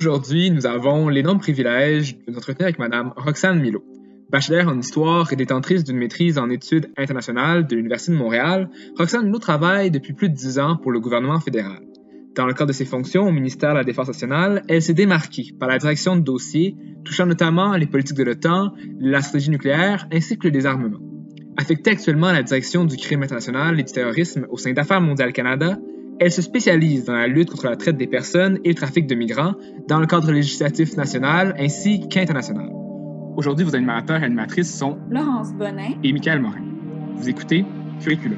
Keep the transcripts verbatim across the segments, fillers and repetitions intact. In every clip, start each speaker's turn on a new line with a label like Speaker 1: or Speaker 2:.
Speaker 1: Aujourd'hui, nous avons l'énorme privilège de nous entretenir avec Mme Roxane Milot. Bachelière en histoire et détentrice d'une maîtrise en études internationales de l'Université de Montréal, Roxane Milot travaille depuis plus de dix ans pour le gouvernement fédéral. Dans le cadre de ses fonctions au ministère de la Défense nationale, elle s'est démarquée par la direction de dossiers touchant notamment les politiques de l'OTAN, la stratégie nucléaire ainsi que le désarmement. Affectée actuellement à la direction du crime international et du terrorisme au sein d'Affaires mondiales Canada, elle se spécialise dans la lutte contre la traite des personnes et le trafic de migrants dans le cadre législatif national ainsi qu'international. Aujourd'hui, vos animateurs et animatrices sont
Speaker 2: Laurence Bonin
Speaker 1: et Michael Morin. Vous écoutez Curriculum.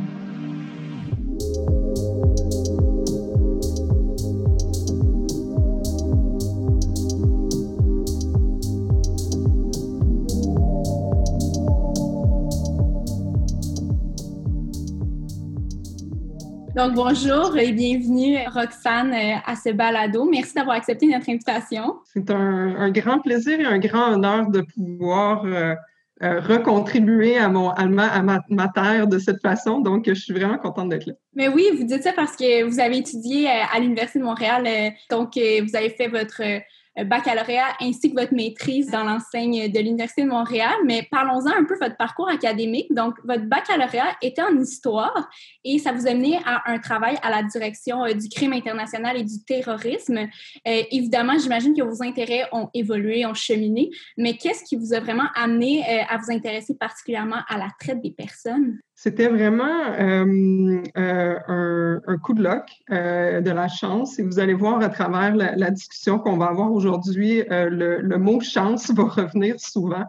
Speaker 2: Donc, bonjour et bienvenue, Roxane, à ce balado. Merci d'avoir accepté notre invitation.
Speaker 3: C'est un, un grand plaisir et un grand honneur de pouvoir euh, euh, recontribuer à, mon, à, ma, à ma, ma terre de cette façon. Donc, je suis vraiment contente d'être là.
Speaker 2: Mais oui, vous dites ça parce que vous avez étudié à l'Université de Montréal. Donc, vous avez fait votre baccalauréat ainsi que votre maîtrise dans l'enseigne de l'Université de Montréal. Mais parlons-en un peu de votre parcours académique. Donc, votre baccalauréat était en histoire et ça vous a mené à un travail à la direction du crime international et du terrorisme. Euh, évidemment, j'imagine que vos intérêts ont évolué, ont cheminé, mais qu'est-ce qui vous a vraiment amené euh, à vous intéresser particulièrement à la traite des personnes?
Speaker 3: C'était vraiment euh, euh, un, un coup de luck, euh, de la chance. Et vous allez voir à travers la, la discussion qu'on va avoir aujourd'hui, euh, le, le mot « chance » va revenir souvent.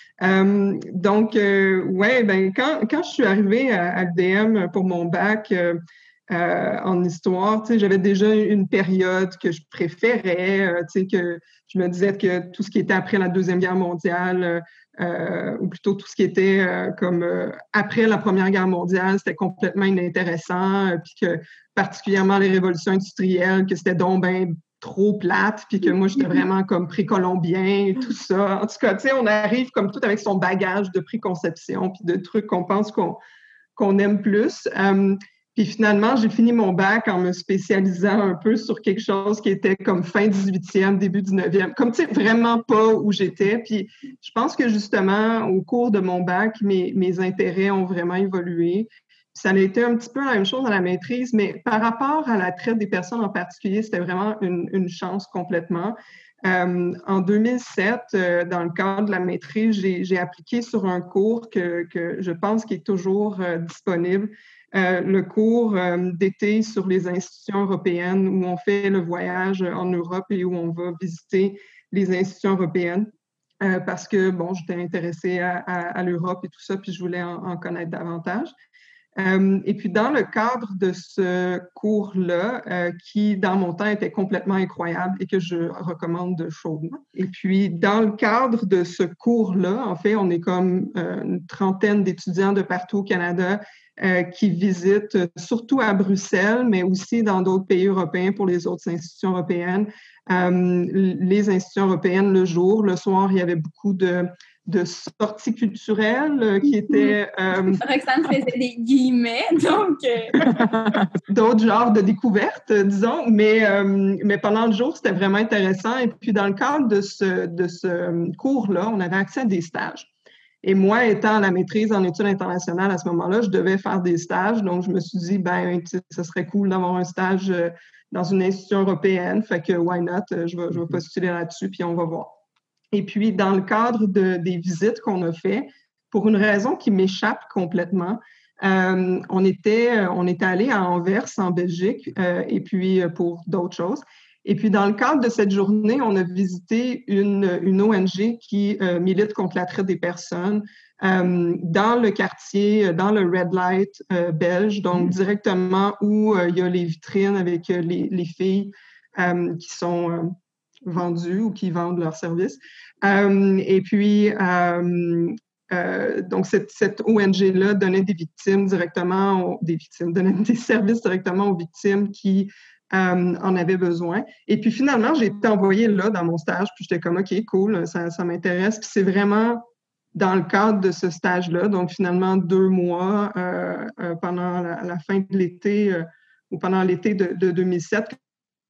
Speaker 3: Euh, donc, euh, ouais, ben quand, quand je suis arrivée à, à l'U D M pour mon bac euh, euh, en histoire, tu sais, j'avais déjà une période que je préférais, euh, tu sais, que je me disais que tout ce qui était après la Deuxième Guerre mondiale, euh, ou plutôt tout ce qui était euh, comme euh, après la Première Guerre mondiale, c'était complètement inintéressant, euh, puis que particulièrement les révolutions industrielles, que c'était donc ben trop plate, puis que moi, j'étais vraiment comme précolombien et tout ça. En tout cas, tu sais, on arrive comme tout avec son bagage de préconception, puis de trucs qu'on pense qu'on, qu'on aime plus. Um, puis finalement, j'ai fini mon bac en me spécialisant un peu sur quelque chose qui était comme fin dix-huitième, début dix-neuvième, comme tu sais, vraiment pas où j'étais. Puis je pense que justement, au cours de mon bac, mes, mes intérêts ont vraiment évolué. Ça a été un petit peu la même chose à la maîtrise, mais par rapport à la traite des personnes en particulier, c'était vraiment une, une chance complètement. Euh, en deux mille sept, euh, dans le cadre de la maîtrise, j'ai, j'ai appliqué sur un cours que, que je pense qui est toujours euh, disponible, euh, le cours euh, d'été sur les institutions européennes où on fait le voyage en Europe et où on va visiter les institutions européennes. Euh, parce que, bon, j'étais intéressée à, à, à l'Europe et tout ça, puis je voulais en, en connaître davantage. Euh, et puis, dans le cadre de ce cours-là, euh, qui, dans mon temps, était complètement incroyable et que je recommande chaudement. Et puis, dans le cadre de ce cours-là, en fait, on est comme euh, une trentaine d'étudiants de partout au Canada euh, qui visitent, euh, surtout à Bruxelles, mais aussi dans d'autres pays européens pour les autres institutions européennes. Euh, les institutions européennes, le jour, le soir, il y avait beaucoup de... de sorties culturelles qui étaient...
Speaker 2: Euh, Roxane faisait des guillemets, donc... Euh...
Speaker 3: d'autres genres de découvertes, disons, mais, euh, mais pendant le jour, c'était vraiment intéressant. Et puis, dans le cadre de ce, de ce cours-là, on avait accès à des stages. Et moi, étant à la maîtrise en études internationales à ce moment-là, je devais faire des stages. Donc, je me suis dit, ben, ce serait cool d'avoir un stage dans une institution européenne. Fait que, why not? Je vais, je vais postuler là-dessus, puis on va voir. Et puis, dans le cadre de, des visites qu'on a fait, pour une raison qui m'échappe complètement, euh, on était, on était allé à Anvers, en Belgique, euh, et puis pour d'autres choses. Et puis, dans le cadre de cette journée, on a visité une, une O N G qui euh, milite contre la traite des personnes euh, dans le quartier, dans le Red Light euh, belge, donc directement où euh, il y a les vitrines avec les, les filles euh, qui sont... Euh, vendus ou qui vendent leurs services. Euh, et puis, euh, euh, donc, cette, cette O N G-là donnait des victimes directement, aux, des victimes, donnait des services directement aux victimes qui euh, en avaient besoin. Et puis, finalement, j'ai été envoyée là dans mon stage, puis j'étais comme, OK, cool, ça, ça m'intéresse. Puis c'est vraiment dans le cadre de ce stage-là, donc finalement deux mois euh, euh, pendant la, la fin de l'été euh, ou pendant l'été de, de deux mille sept,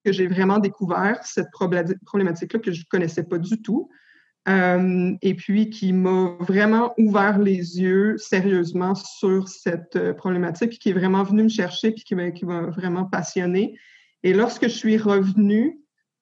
Speaker 3: que j'ai vraiment découvert cette problématique-là que je ne connaissais pas du tout. Euh, et puis qui m'a vraiment ouvert les yeux sérieusement sur cette euh, problématique, qui est vraiment venue me chercher puis qui m'a, qui m'a vraiment passionnée. Et lorsque je suis revenue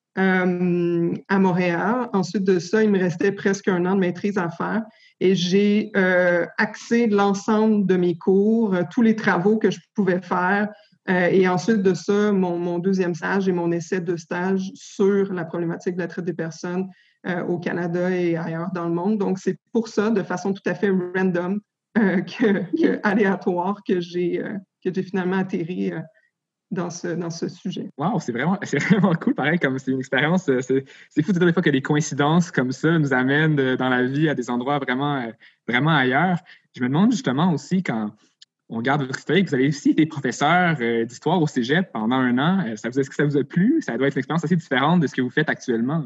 Speaker 3: euh, à Montréal, ensuite de ça, il me restait presque un an de maîtrise à faire et j'ai euh, axé l'ensemble de mes cours, euh, tous les travaux que je pouvais faire. Euh, et ensuite de ça, mon, mon deuxième stage et mon essai de stage sur la problématique de la traite des personnes euh, au Canada et ailleurs dans le monde. Donc, c'est pour ça, de façon tout à fait random, euh, que, que aléatoire, que j'ai, euh, que j'ai finalement atterri euh, dans, ce, dans ce sujet.
Speaker 1: Wow, c'est vraiment, c'est vraiment cool, pareil, comme c'est une expérience, c'est, c'est fou de dire des fois que des coïncidences comme ça nous amènent de, dans la vie à des endroits vraiment, vraiment ailleurs. Je me demande justement aussi quand on regarde votre historique, vous avez aussi été professeur euh, d'histoire au cégep pendant un an. Euh, ça vous, est-ce que ça vous a plu? Ça doit être une expérience assez différente de ce que vous faites actuellement.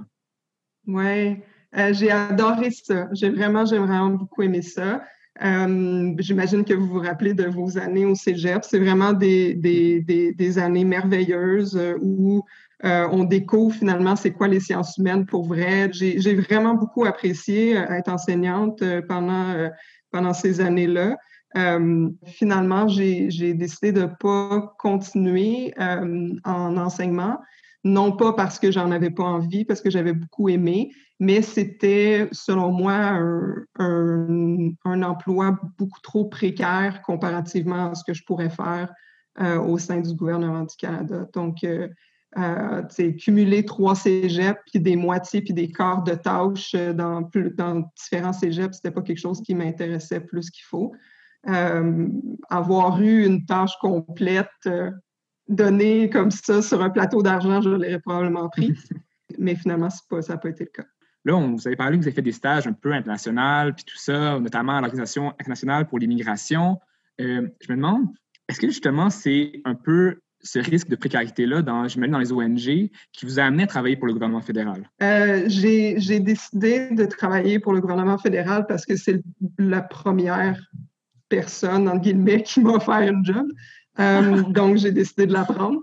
Speaker 3: Oui, euh, j'ai adoré ça. J'ai vraiment, j'ai vraiment beaucoup aimé ça. Euh, j'imagine que vous vous rappelez de vos années au cégep. C'est vraiment des, des, des, des années merveilleuses euh, où euh, on découvre finalement c'est quoi les sciences humaines pour vrai. J'ai, j'ai vraiment beaucoup apprécié euh, être enseignante euh, pendant, euh, pendant ces années-là. Euh, finalement, j'ai, j'ai décidé de ne pas continuer euh, en enseignement, non pas parce que j'en avais pas envie, parce que j'avais beaucoup aimé, mais c'était, selon moi, un, un, un emploi beaucoup trop précaire comparativement à ce que je pourrais faire euh, au sein du gouvernement du Canada. Donc, euh, euh, cumuler trois cégeps, puis des moitiés, puis des quarts de tâches dans, dans différents cégeps, c'était pas quelque chose qui m'intéressait plus qu'il faut. Euh, avoir eu une tâche complète euh, donnée comme ça sur un plateau d'argent, je l'aurais probablement pris. Mais finalement, c'est pas, ça n'a pas été le cas.
Speaker 1: Là, on, vous avez parlé que vous avez fait des stages un peu internationaux, puis tout ça, notamment à l'Organisation internationale pour l'immigration. Euh, je me demande, est-ce que justement, c'est un peu ce risque de précarité-là, dans, je me mets dans les O N G, qui vous a amené à travailler pour le gouvernement fédéral?
Speaker 3: Euh, j'ai, j'ai décidé de travailler pour le gouvernement fédéral parce que c'est la première personne, entre guillemets, qui m'a offert une job. Euh, donc, j'ai décidé de la prendre.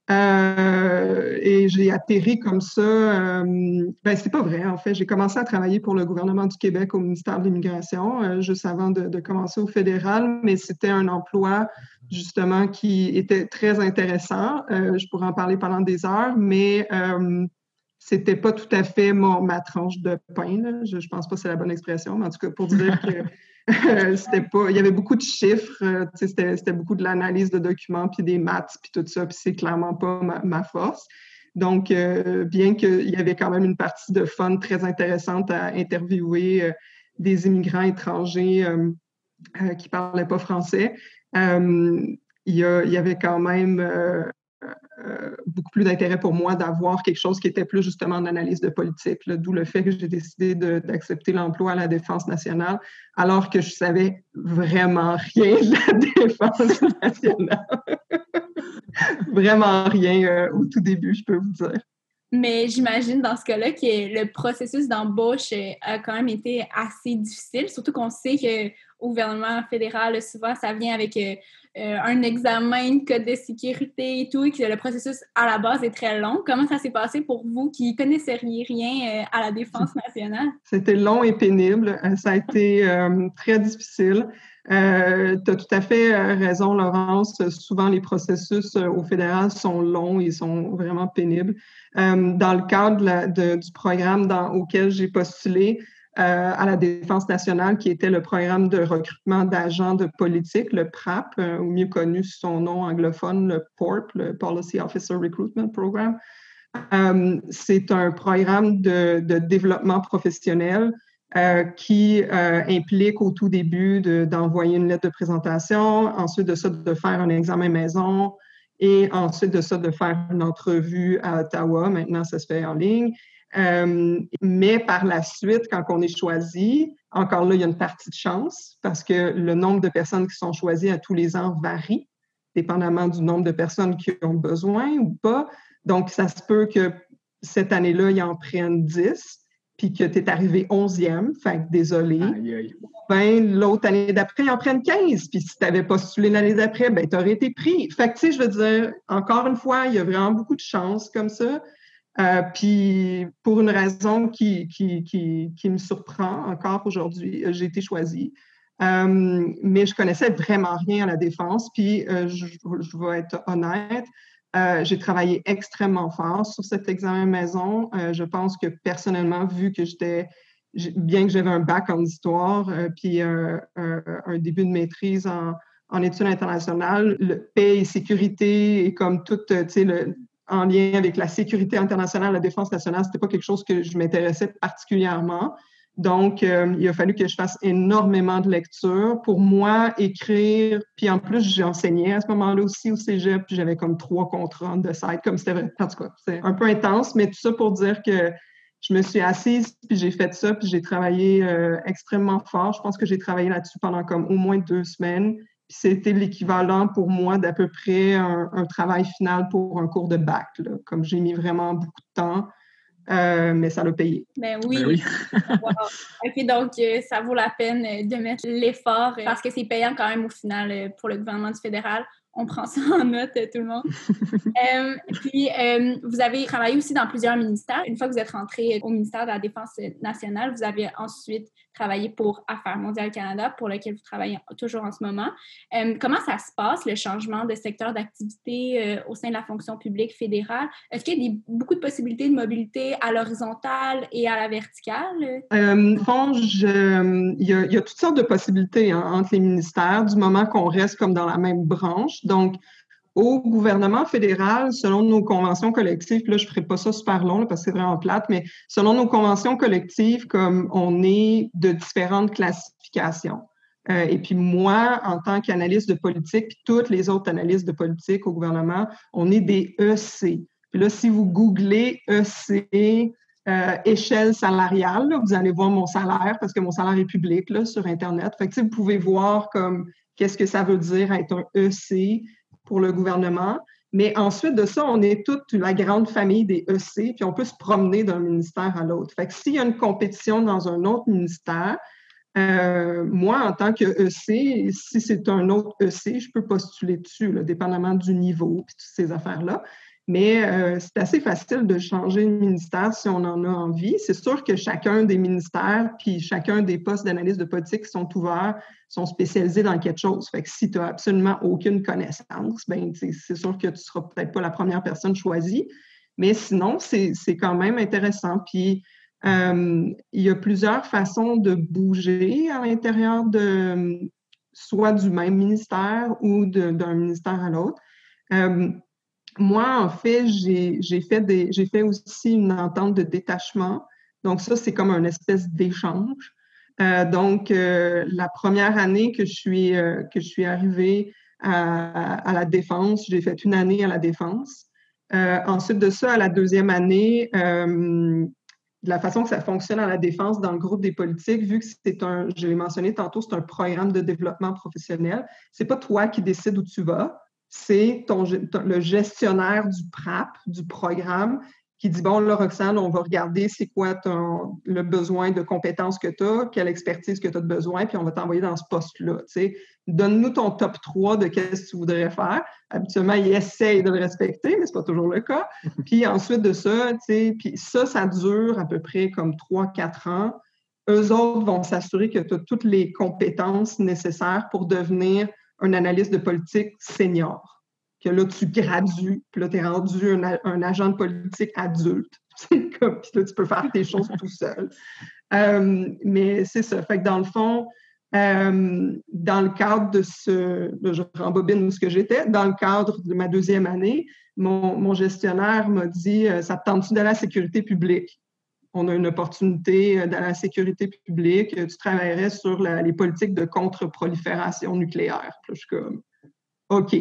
Speaker 3: Euh, et j'ai atterri comme ça. Euh, ben, c'est pas vrai, en fait. J'ai commencé à travailler pour le gouvernement du Québec au ministère de l'Immigration, euh, juste avant de, de commencer au fédéral, mais c'était un emploi, justement, qui était très intéressant. Euh, je pourrais en parler pendant des heures, mais euh, c'était pas tout à fait mon, ma tranche de pain. Là. Je, je pense pas que c'est la bonne expression, mais en tout cas, pour dire que c'était pas, il y avait beaucoup de chiffres, euh, c'était, c'était beaucoup de l'analyse de documents, puis des maths, puis tout ça, puis c'est clairement pas ma, ma force. Donc, euh, bien qu'il y avait quand même une partie de fun très intéressante à interviewer euh, des immigrants étrangers euh, euh, qui parlaient pas français, euh, il, y a, il y avait quand même euh, Euh, beaucoup plus d'intérêt pour moi d'avoir quelque chose qui était plus justement en analyse de politique, là, d'où le fait que j'ai décidé de, d'accepter l'emploi à la Défense nationale, alors que je savais vraiment rien de la Défense nationale. Vraiment rien euh, au tout début, je peux vous dire.
Speaker 2: Mais j'imagine dans ce cas-là que le processus d'embauche a quand même été assez difficile, surtout qu'on sait qu'au gouvernement fédéral, souvent, ça vient avec euh, un examen de code de sécurité et tout, et que le processus à la base est très long. Comment ça s'est passé pour vous qui ne connaisseriez rien euh, à la Défense nationale?
Speaker 3: C'était long et pénible. Ça a été euh, très difficile. Euh, tu as tout à fait raison, Laurence. Souvent, les processus au fédéral sont longs et sont vraiment pénibles. Euh, dans le cadre de la, de, du programme dans, auquel j'ai postulé euh, à la Défense nationale, qui était le programme de recrutement d'agents de politique, le P R A P, euh, ou mieux connu sous son nom anglophone, le P O R P, le Policy Officer Recruitment Program. Euh, c'est un programme de, de développement professionnel Euh, qui euh, implique au tout début de, d'envoyer une lettre de présentation, ensuite de ça de faire un examen maison et ensuite de ça de faire une entrevue à Ottawa. Maintenant, ça se fait en ligne. Euh, mais par la suite, quand on est choisi, encore là, il y a une partie de chance parce que le nombre de personnes qui sont choisies à tous les ans varie, dépendamment du nombre de personnes qui ont besoin ou pas. Donc, ça se peut que cette année-là, ils en prennent dix. puis que tu es arrivé onzième, fait que désolé.
Speaker 1: Aïe, aïe.
Speaker 3: Ben, l'autre année d'après, ils en prennent quinze. Puis si tu avais postulé l'année d'après, ben, tu aurais été pris. Fait que, tu sais, je veux dire, encore une fois, il y a vraiment beaucoup de chance comme ça. Euh, puis pour une raison qui, qui, qui, qui me surprend encore aujourd'hui, j'ai été choisie. Euh, mais je connaissais vraiment rien à la défense. Puis euh, je, je vais être honnête, euh, j'ai travaillé extrêmement fort sur cet examen maison. Euh, je pense que personnellement, vu que j'étais, bien que j'avais un bac en histoire, euh, puis euh, un, un début de maîtrise en, en études internationales, le paix et sécurité et comme tout, tu sais, le en lien avec la sécurité internationale, la défense nationale, c'était pas quelque chose que je m'intéressais particulièrement. Donc, euh, il a fallu que je fasse énormément de lectures pour moi écrire. Puis en plus, j'enseignais à ce moment-là aussi au cégep, puis j'avais comme trois contrats de site, comme c'était vrai. En tout cas, c'est un peu intense, mais tout ça pour dire que je me suis assise, puis j'ai fait ça, puis j'ai travaillé euh, extrêmement fort. Je pense que j'ai travaillé là-dessus pendant comme au moins deux semaines. Puis c'était l'équivalent pour moi d'à peu près un, un travail final pour un cours de bac, là. Comme j'ai mis vraiment beaucoup de temps, euh, mais ça l'a payé.
Speaker 2: Ben oui.
Speaker 1: Ben oui.
Speaker 2: Wow. OK, donc euh, ça vaut la peine de mettre l'effort euh, parce que c'est payant quand même au final euh, pour le gouvernement du fédéral. On prend ça en note, euh, tout le monde. euh, puis, euh, vous avez travaillé aussi dans plusieurs ministères. Une fois que vous êtes rentré au ministère de la Défense nationale, vous avez ensuite travaillé pour Affaires mondiales Canada, pour lequel vous travaillez toujours en ce moment. Euh, comment ça se passe, le changement de secteur d'activité euh, au sein de la fonction publique fédérale? Est-ce qu'il y a des, beaucoup de possibilités de mobilité à l'horizontale et à la verticale?
Speaker 3: Euh, bon, je, il, y a, il y a toutes sortes de possibilités hein, entre les ministères, du moment qu'on reste comme dans la même branche. Donc, au gouvernement fédéral, selon nos conventions collectives, puis là, je ne ferai pas ça super long là, parce que c'est vraiment plate, mais selon nos conventions collectives, comme on est de différentes classifications. Euh, et puis moi, en tant qu'analyste de politique, puis toutes les autres analystes de politique au gouvernement, on est des E C. Puis là, si vous googlez E C, euh, échelle salariale, là, vous allez voir mon salaire, parce que mon salaire est public là, sur Internet. Fait que vous pouvez voir comme qu'est-ce que ça veut dire être un E C pour le gouvernement. Mais ensuite de ça, on est toute la grande famille des E C, puis on peut se promener d'un ministère à l'autre. Fait que s'il y a une compétition dans un autre ministère, euh, moi, en tant que E C, si c'est un autre E C, je peux postuler dessus, là, dépendamment du niveau, puis toutes ces affaires-là. Mais euh, c'est assez facile de changer de ministère si on en a envie. C'est sûr que chacun des ministères puis chacun des postes d'analyste de politique qui sont ouverts sont spécialisés dans quelque chose. Fait que si tu n'as absolument aucune connaissance, ben, c'est sûr que tu ne seras peut-être pas la première personne choisie. Mais sinon, c'est quand même intéressant. Puis, euh, il y a plusieurs façons de bouger à l'intérieur de soit du même ministère ou d'un ministère à l'autre. Euh, Moi, en fait, j'ai fait, des, j'ai fait aussi une entente de détachement. Donc, ça, c'est comme une espèce d'échange. Euh, donc, euh, la première année que je suis, euh, que je suis arrivée à, à la Défense, j'ai fait une année à la Défense. Euh, ensuite de ça, à la deuxième année, euh, de la façon que ça fonctionne à la Défense dans le groupe des politiques, vu que c'est un, je l'ai mentionné tantôt, c'est un programme de développement professionnel, c'est pas toi qui décides où tu vas. C'est ton, ton, le gestionnaire du P R A P, du programme, qui dit, bon, là, Roxane, on va regarder c'est quoi ton, le besoin de compétences que tu as, quelle expertise que tu as de besoin, puis on va t'envoyer dans ce poste-là. Donne-nous ton top trois de qu'est-ce que tu voudrais faire. Habituellement, ils essayent de le respecter, mais ce n'est pas toujours le cas. Puis ensuite de ça, puis ça, ça dure à peu près comme trois quatre ans. Eux autres vont s'assurer que tu as toutes les compétences nécessaires pour devenir un analyste de politique senior, que là, tu gradues, puis là, tu es rendu un, un agent de politique adulte. Comme, puis là, tu peux faire tes choses tout seul. Euh, mais c'est ça. Fait que dans le fond, euh, dans le cadre de ce... Là, je rembobine ce que j'étais. Dans le cadre de ma deuxième année, mon, mon gestionnaire m'a dit « Ça te tente-tu d'aller à la sécurité publique? » On a une opportunité dans la sécurité publique, tu travaillerais sur la, les politiques de contre-prolifération nucléaire. Puis je suis comme, OK.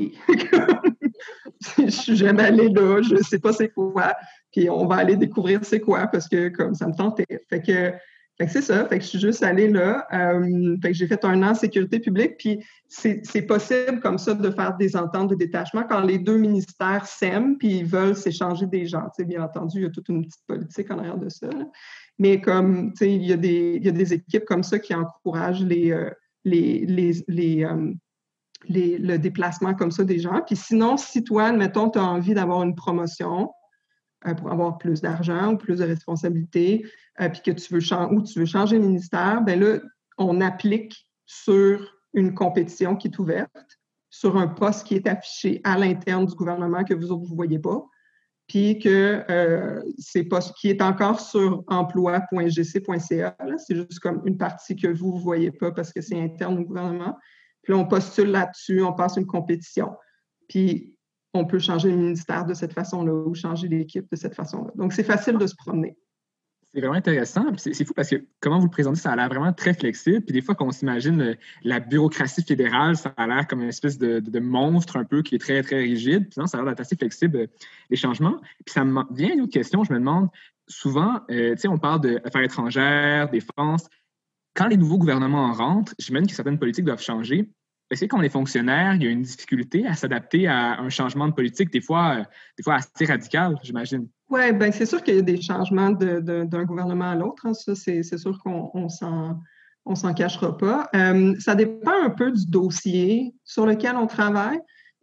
Speaker 3: Je suis jamais allée là, je ne sais pas c'est quoi, puis on va aller découvrir c'est quoi, parce que comme ça me tentait. Fait que Fait que c'est ça, fait que je suis juste allée là. Euh, fait que j'ai fait un an en sécurité publique, puis c'est, c'est possible comme ça de faire des ententes de détachement quand les deux ministères s'aiment puis ils veulent s'échanger des gens. Tu sais, bien entendu, il y a toute une petite politique en arrière de ça. Là. Mais comme, tu sais, il y a des, il y a des équipes comme ça qui encouragent les, euh, les, les, les, euh, les, le déplacement comme ça des gens. Puis sinon, si toi, admettons, tu as envie d'avoir une promotion, pour avoir plus d'argent ou plus de responsabilités, euh, puis que tu veux changer ou tu veux changer le ministère, bien là, on applique sur une compétition qui est ouverte, sur un poste qui est affiché à l'interne du gouvernement que vous autres, vous ne voyez pas, puis que euh, c'est poste qui est encore sur emploi point g c point c a, là, c'est juste comme une partie que vous ne voyez pas parce que c'est interne au gouvernement. Puis là, on postule là-dessus, on passe une compétition. Puis on peut changer le ministère de cette façon-là ou changer l'équipe de cette façon-là. Donc, c'est facile de se promener.
Speaker 1: C'est vraiment intéressant. C'est, c'est fou parce que comment vous le présentez, ça a l'air vraiment très flexible. Puis des fois, quand on s'imagine la bureaucratie fédérale, ça a l'air comme une espèce de, de, de monstre un peu qui est très, très rigide. Puis non, ça a l'air d'être assez flexible, les changements. Puis ça me vient une autre question. Je me demande, souvent, euh, tu sais, on parle d'affaires étrangères, défense. Quand les nouveaux gouvernements rentrent, j'imagine que certaines politiques doivent changer. Est-ce que quand on est fonctionnaire, il y a une difficulté à s'adapter à un changement de politique, des fois, euh, des fois assez radical, j'imagine?
Speaker 3: Oui, bien, c'est sûr qu'il y a des changements de, de, d'un gouvernement à l'autre. Hein. Ça, c'est, c'est sûr qu'on on s'en, on s'en cachera pas. Euh, ça dépend un peu du dossier sur lequel on travaille.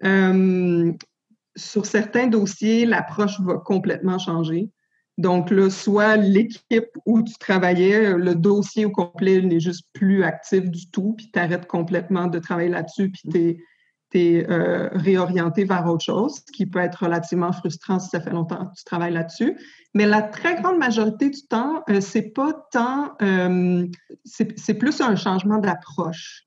Speaker 3: Euh, sur certains dossiers, l'approche va complètement changer. Donc là, soit l'équipe où tu travaillais, le dossier au complet n'est juste plus actif du tout, puis tu arrêtes complètement de travailler là-dessus, puis tu es euh, réorienté vers autre chose, ce qui peut être relativement frustrant si ça fait longtemps que tu travailles là-dessus. Mais la très grande majorité du temps, euh, c'est pas tant, euh, c'est, c'est plus un changement d'approche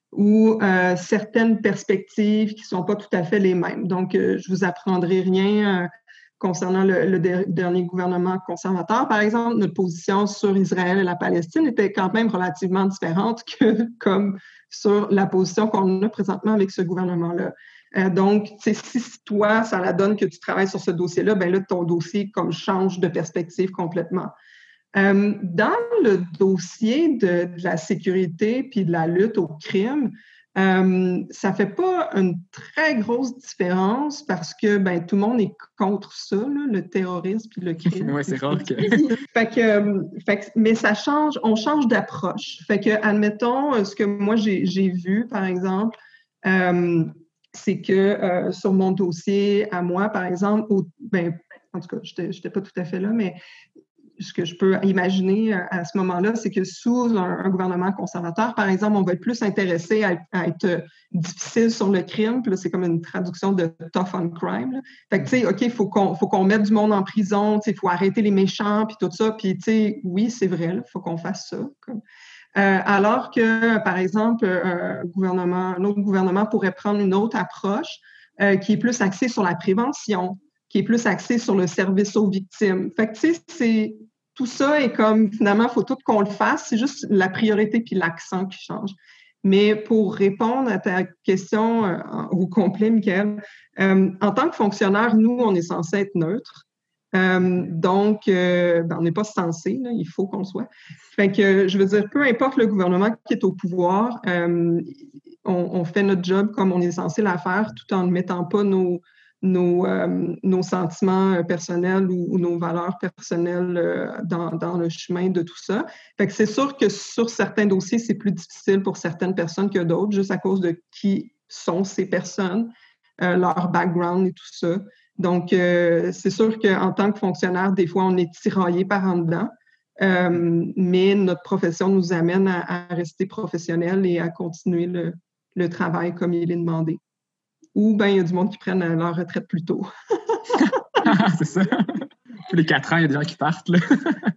Speaker 3: ou euh, certaines perspectives qui ne sont pas tout à fait les mêmes. Donc, euh, je ne vous apprendrai rien euh, concernant le, le de, dernier gouvernement conservateur. Par exemple, notre position sur Israël et la Palestine était quand même relativement différente que comme sur la position qu'on a présentement avec ce gouvernement-là. Euh, donc, si toi, ça la donne que tu travailles sur ce dossier-là, bien là, ton dossier comme change de perspective complètement. Euh, dans le dossier de, de la sécurité puis de la lutte au crime, euh, ça ne fait pas une très grosse différence parce que ben, tout le monde est contre ça, là, le terrorisme puis le crime.
Speaker 1: Oui, c'est rare que...
Speaker 3: fait que, fait que, mais ça change, on change d'approche. Fait que, admettons, ce que moi j'ai, j'ai vu, par exemple, euh, c'est que euh, sur mon dossier à moi, par exemple, au, ben, en tout cas, je n'étais pas tout à fait là, mais ce que je peux imaginer à ce moment-là, c'est que sous un, un gouvernement conservateur, par exemple, on va être plus intéressé à, à être difficile sur le crime. Puis là, c'est comme une traduction de tough on crime. Là. Fait que, tu sais, OK, il faut qu'on, faut qu'on mette du monde en prison, il faut arrêter les méchants, puis tout ça. Puis, tu sais, oui, c'est vrai, il faut qu'on fasse ça. Comme. Euh, alors que, par exemple, un, gouvernement, un autre gouvernement pourrait prendre une autre approche euh, qui est plus axée sur la prévention, qui est plus axée sur le service aux victimes. Fait que, tu sais, c'est... Tout ça est comme, finalement, il faut tout qu'on le fasse. C'est juste la priorité puis l'accent qui change. Mais pour répondre à ta question euh, au complet, Michael, euh, en tant que fonctionnaire, nous, on est censé être neutre. Euh, donc, euh, ben, on n'est pas censé, là, il faut qu'on le soit. Fait que, je veux dire, peu importe le gouvernement qui est au pouvoir, euh, on, on fait notre job comme on est censé la faire tout en ne mettant pas nos... Nos, euh, nos sentiments personnels ou, ou nos valeurs personnelles euh, dans, dans le chemin de tout ça. Fait que c'est sûr que sur certains dossiers, c'est plus difficile pour certaines personnes que d'autres, juste à cause de qui sont ces personnes, euh, leur background et tout ça. Donc, euh, c'est sûr qu'en tant que fonctionnaire, des fois, on est tiraillé par en dedans, euh, mais notre profession nous amène à, à rester professionnel et à continuer le, le travail comme il est demandé. Ou bien il y a du monde qui prennent leur retraite plus tôt.
Speaker 1: C'est ça. Tous les quatre ans, il y a des gens qui partent. Là.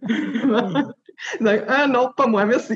Speaker 3: Donc, ah non, pas moi, merci.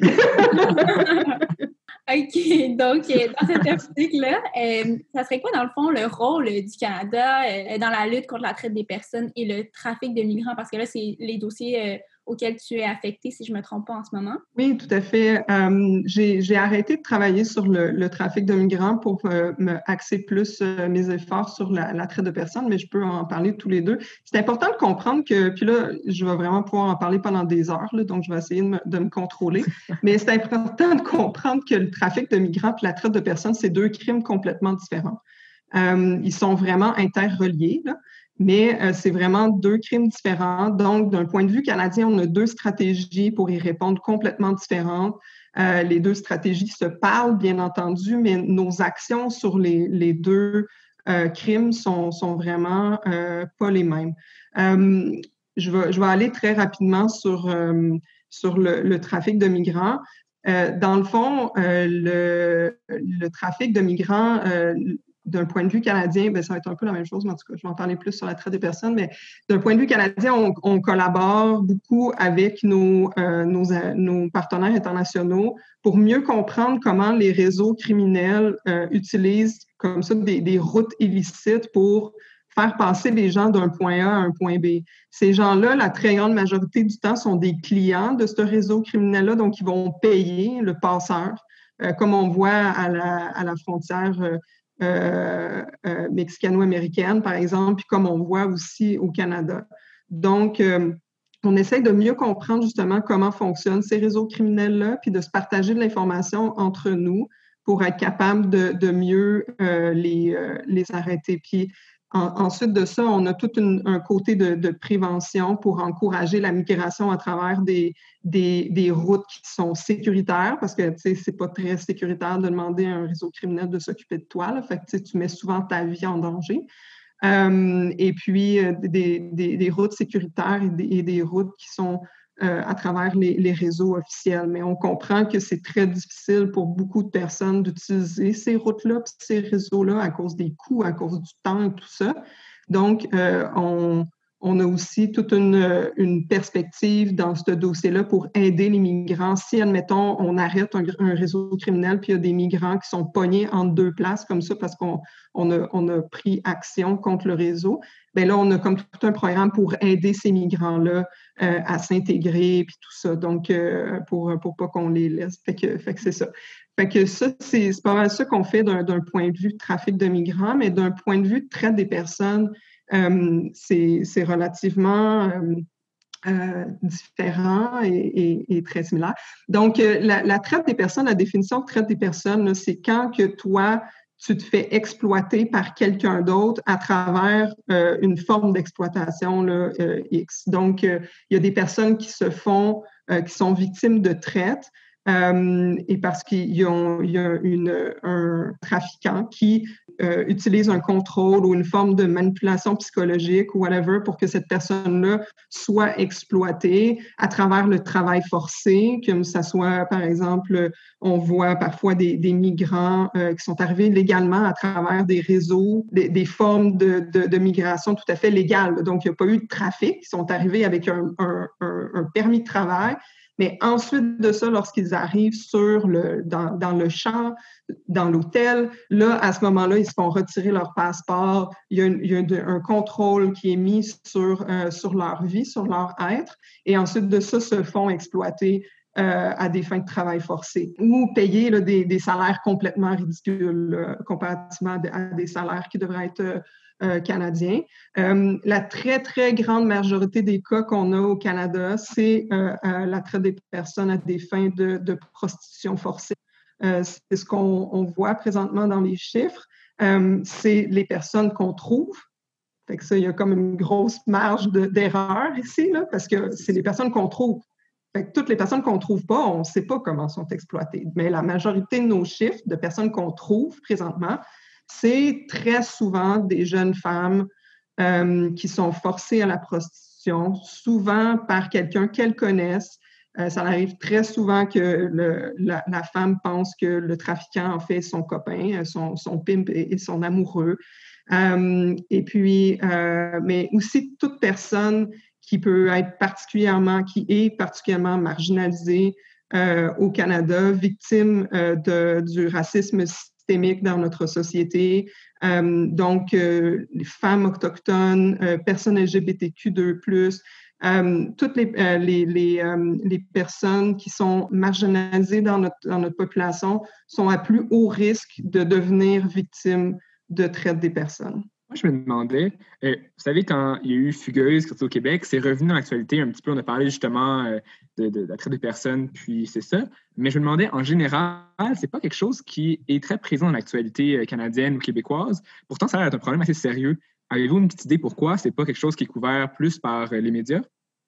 Speaker 2: OK, donc dans cet article-là, euh, ça serait quoi, dans le fond, le rôle du Canada euh, dans la lutte contre la traite des personnes et le trafic de migrants? Parce que là, c'est les dossiers euh, auquel tu es affectée, si je ne me trompe pas en ce moment.
Speaker 3: Oui, tout à fait. Euh, j'ai, j'ai arrêté de travailler sur le, le trafic de migrants pour euh, me axer plus euh, mes efforts sur la, la traite de personnes, mais je peux en parler tous les deux. C'est important de comprendre que, puis là, je vais vraiment pouvoir en parler pendant des heures, là, donc je vais essayer de me, de me contrôler, mais c'est important de comprendre que le trafic de migrants et la traite de personnes, c'est deux crimes complètement différents. Euh, ils sont vraiment interreliés, là. Mais euh, c'est vraiment deux crimes différents. Donc, d'un point de vue canadien, on a deux stratégies pour y répondre complètement différentes. Euh, les deux stratégies se parlent, bien entendu, mais nos actions sur les, les deux euh, crimes sont, sont vraiment euh, pas les mêmes. Euh, je, vais, je vais aller très rapidement sur, euh, sur le, le trafic de migrants. Euh, dans le fond, euh, le, le trafic de migrants, euh, d'un point de vue canadien, bien, ça va être un peu la même chose, mais en tout cas, je vais en parler plus sur la traite des personnes, mais d'un point de vue canadien, on, on collabore beaucoup avec nos, euh, nos, nos partenaires internationaux pour mieux comprendre comment les réseaux criminels euh, utilisent comme ça des, des routes illicites pour faire passer les gens d'un point A à un point B. Ces gens-là, la très grande majorité du temps, sont des clients de ce réseau criminel-là, donc ils vont payer le passeur, euh, comme on voit à la, à la frontière euh, Euh, euh, mexicano-américaine, par exemple, puis comme on voit aussi au Canada. Donc, euh, on essaie de mieux comprendre justement comment fonctionnent ces réseaux criminels-là, puis de se partager de l'information entre nous pour être capable de, de mieux euh, les, euh, les arrêter. Puis en, ensuite de ça, on a tout une, un côté de, de prévention pour encourager la migration à travers des, des, des routes qui sont sécuritaires, parce que c'est pas très sécuritaire de demander à un réseau criminel de s'occuper de toi. Là, fait que tu mets souvent ta vie en danger. Euh, et puis, euh, des, des, des routes sécuritaires et des, et des routes qui sont euh, à travers les, les réseaux officiels. Mais on comprend que c'est très difficile pour beaucoup de personnes d'utiliser ces routes-là, ces réseaux-là, à cause des coûts, à cause du temps et tout ça. Donc, euh, on, on a aussi toute une, une perspective dans ce dossier-là pour aider les migrants. Si, admettons, on arrête un, un réseau criminel puis il y a des migrants qui sont pognés en deux places comme ça parce qu'on on a, on a pris action contre le réseau, bien là, on a comme tout un programme pour aider ces migrants-là euh, à s'intégrer puis tout ça, donc euh, pour, pour pas qu'on les laisse. Fait que, fait que c'est ça. Fait que ça, c'est, c'est pas mal ça qu'on fait d'un, d'un point de vue de trafic de migrants, mais d'un point de vue de traite des personnes, euh, c'est, c'est relativement euh, euh, différent et, et, et très similaire. Donc, euh, la, la traite des personnes, la définition de traite des personnes, là, c'est quand que toi, tu te fais exploiter par quelqu'un d'autre à travers euh, une forme d'exploitation là, euh, X. Donc, euh, il y a des personnes qui se font, euh, qui sont victimes de traite euh, et parce qu'il y a, il y a une, un trafiquant qui euh, utilise un contrôle ou une forme de manipulation psychologique ou whatever pour que cette personne-là soit exploitée à travers le travail forcé, comme ça soit, par exemple, on voit parfois des, des migrants euh, qui sont arrivés légalement à travers des réseaux, des, des formes de, de, de migration tout à fait légales. Donc, il n'y a pas eu de trafic. Ils sont arrivés avec un, un, un, un permis de travail. Mais ensuite de ça, lorsqu'ils arrivent sur le, dans, dans le champ, dans l'hôtel, là, à ce moment-là, ils se font retirer leur passeport. Il y a, une, il y a un contrôle qui est mis sur, euh, sur leur vie, sur leur être. Et ensuite de ça, se font exploiter Euh, à des fins de travail forcé ou payer là, des, des salaires complètement ridicules là, comparativement à des salaires qui devraient être euh, euh, canadiens. Euh, la très, très grande majorité des cas qu'on a au Canada, c'est euh, euh, la traite des personnes à des fins de, de prostitution forcée. Euh, c'est ce qu'on on voit présentement dans les chiffres. Euh, c'est les personnes qu'on trouve. Fait que ça, il y a comme une grosse marge de, d'erreur ici, là, parce que c'est les personnes qu'on trouve. Fait que toutes les personnes qu'on ne trouve pas, on ne sait pas comment sont exploitées. Mais la majorité de nos chiffres de personnes qu'on trouve présentement, c'est très souvent des jeunes femmes euh, qui sont forcées à la prostitution, souvent par quelqu'un qu'elles connaissent. Euh, ça arrive très souvent que le, la, la femme pense que le trafiquant, en fait, est son copain, son, son pimp et, et son amoureux. Euh, et puis, euh, mais aussi toute personne qui peut être particulièrement, qui est particulièrement marginalisée euh, au Canada, victime euh, de, du racisme systémique dans notre société. Euh, donc, euh, les femmes autochtones, euh, personnes L G B T Q deux plus, euh, toutes les, euh, les, les, euh, les personnes qui sont marginalisées dans notre, dans notre population sont à plus haut risque de devenir victimes de traite des personnes.
Speaker 1: Moi, je me demandais, euh, vous savez, quand il y a eu Fugueuse, surtout au Québec, c'est revenu dans l'actualité un petit peu. On a parlé justement euh, de, de, de la traite des personnes, puis c'est ça. Mais je me demandais, en général, c'est pas quelque chose qui est très présent dans l'actualité canadienne ou québécoise. Pourtant, ça a l'air d'être un problème assez sérieux. Avez-vous une petite idée pourquoi c'est pas quelque chose qui est couvert plus par les médias?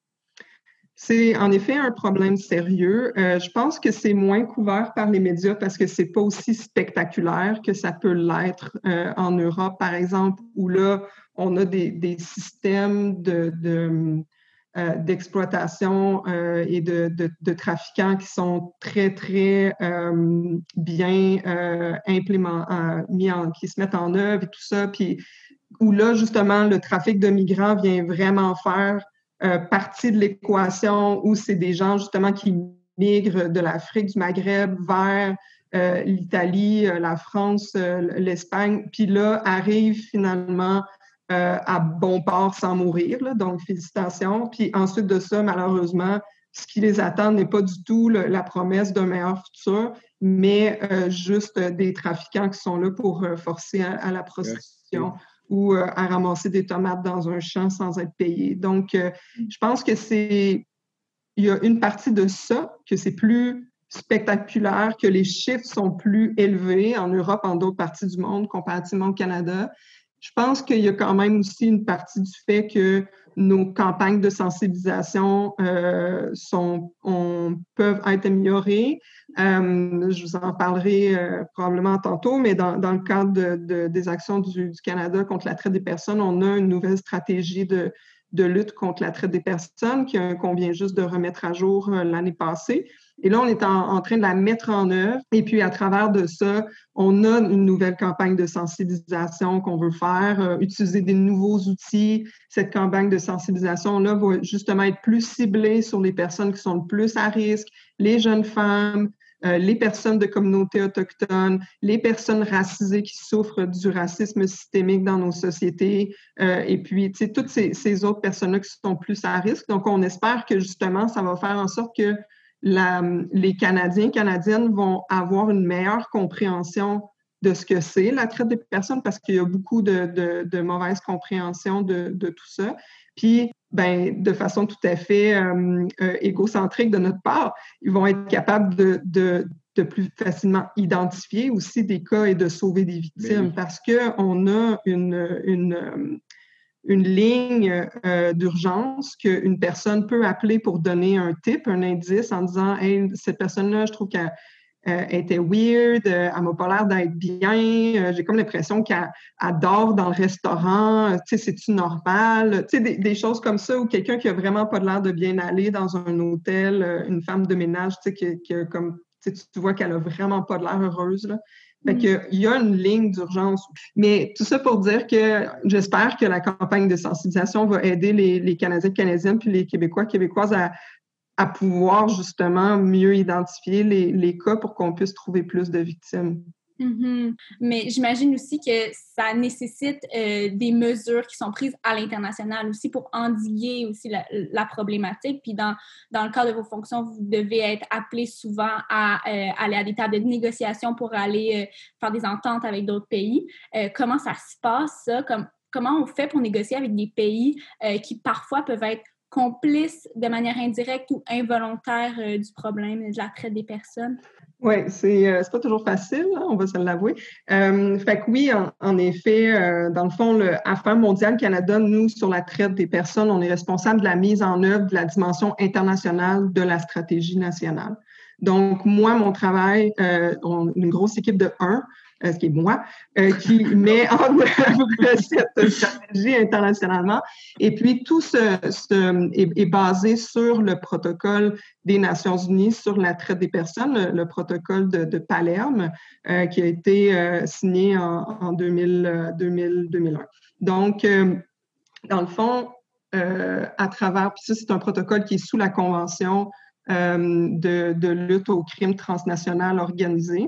Speaker 3: C'est en effet un problème sérieux. Euh, je pense que c'est moins couvert par les médias parce que c'est pas aussi spectaculaire que ça peut l'être euh, en Europe, par exemple, où là, on a des, des systèmes de, de, euh, d'exploitation euh, et de, de, de trafiquants qui sont très, très euh, bien euh, implémentés, euh, mis en, qui se mettent en œuvre et tout ça, puis où là, justement, le trafic de migrants vient vraiment faire Euh, partie de l'équation où c'est des gens justement qui migrent de l'Afrique, du Maghreb vers euh, l'Italie, euh, la France, euh, l'Espagne, puis là arrivent finalement euh, à bon port sans mourir, là, donc félicitations. Puis ensuite de ça, malheureusement, ce qui les attend n'est pas du tout le, la promesse d'un meilleur futur, mais euh, juste des trafiquants qui sont là pour euh, forcer à, à la prostitution. Merci. Ou euh, à ramasser des tomates dans un champ sans être payé. Donc, euh, je pense que c'est... Il y a une partie de ça, que c'est plus spectaculaire, que les chiffres sont plus élevés en Europe, en d'autres parties du monde, comparativement au Canada. Je pense qu'il y a quand même aussi une partie du fait que nos campagnes de sensibilisation euh, sont, on, peuvent être améliorées. Euh, je vous en parlerai euh, probablement tantôt, mais dans, dans le cadre de, de, des actions du, du Canada contre la traite des personnes, on a une nouvelle stratégie de, de lutte contre la traite des personnes qu'on vient juste de remettre à jour euh, l'année passée. Et là, on est en, en train de la mettre en œuvre. Et puis, à travers de ça, on a une nouvelle campagne de sensibilisation qu'on veut faire, euh, utiliser des nouveaux outils. Cette campagne de sensibilisation-là va justement être plus ciblée sur les personnes qui sont le plus à risque, les jeunes femmes, euh, les personnes de communautés autochtones, les personnes racisées qui souffrent du racisme systémique dans nos sociétés, euh, et puis, tu sais, toutes ces, ces autres personnes-là qui sont plus à risque. Donc, on espère que justement, ça va faire en sorte que La, les Canadiens, Canadiennes vont avoir une meilleure compréhension de ce que c'est la traite des personnes parce qu'il y a beaucoup de, de, de mauvaise compréhension de, de tout ça. Puis, ben, de façon tout à fait euh, euh, égocentrique de notre part, ils vont être capables de, de, de plus facilement identifier aussi des cas et de sauver des victimes parce qu'on a une... une une ligne euh, d'urgence qu'une personne peut appeler pour donner un tip, un indice en disant « Hey, cette personne-là, je trouve qu'elle euh, était weird, euh, elle m'a pas l'air d'être bien, euh, j'ai comme l'impression qu'elle dort dans le restaurant, tu sais, c'est-tu normal? » Tu sais, des, des choses comme ça, ou quelqu'un qui a vraiment pas l'air de bien aller dans un hôtel, euh, une femme de ménage, tu sais, qui, qui a comme, tu sais, tu vois qu'elle a vraiment pas de l'air heureuse, là. Fait qu'il y a une ligne d'urgence. Mais tout ça pour dire que j'espère que la campagne de sensibilisation va aider les, les Canadiens, Canadiennes puis les Québécois, Québécoises à, à pouvoir justement mieux identifier les, les cas pour qu'on puisse trouver plus de victimes.
Speaker 2: Mm-hmm. Mais j'imagine aussi que ça nécessite euh, des mesures qui sont prises à l'international aussi pour endiguer aussi la, la problématique. Puis dans, dans le cadre de vos fonctions, vous devez être appelé souvent à euh, aller à des tables de négociation pour aller euh, faire des ententes avec d'autres pays. Euh, comment ça se passe, ça? Comme, comment on fait pour négocier avec des pays euh, qui parfois peuvent être complices de manière indirecte ou involontaire euh, du problème de la traite des personnes?
Speaker 3: Oui, c'est euh, pas toujours facile, hein, on va se l'avouer. Euh, fait que oui, en, en effet, euh, dans le fond, le Affaires mondiales Canada, nous, sur la traite des personnes, on est responsable de la mise en œuvre de la dimension internationale de la stratégie nationale. Donc, moi, mon travail, euh, on, une grosse équipe de un, euh, ce qui est moi, euh, qui met en œuvre cette stratégie internationalement. Et puis, tout ce, ce est, est basé sur le protocole des Nations unies sur la traite des personnes, le, le protocole de, de Palerme, euh, qui a été euh, signé en, en deux mille, deux mille, deux mille un. Donc, euh, dans le fond, euh, à travers, puis ça, c'est un protocole qui est sous la Convention euh, de, de lutte au crime transnational organisé.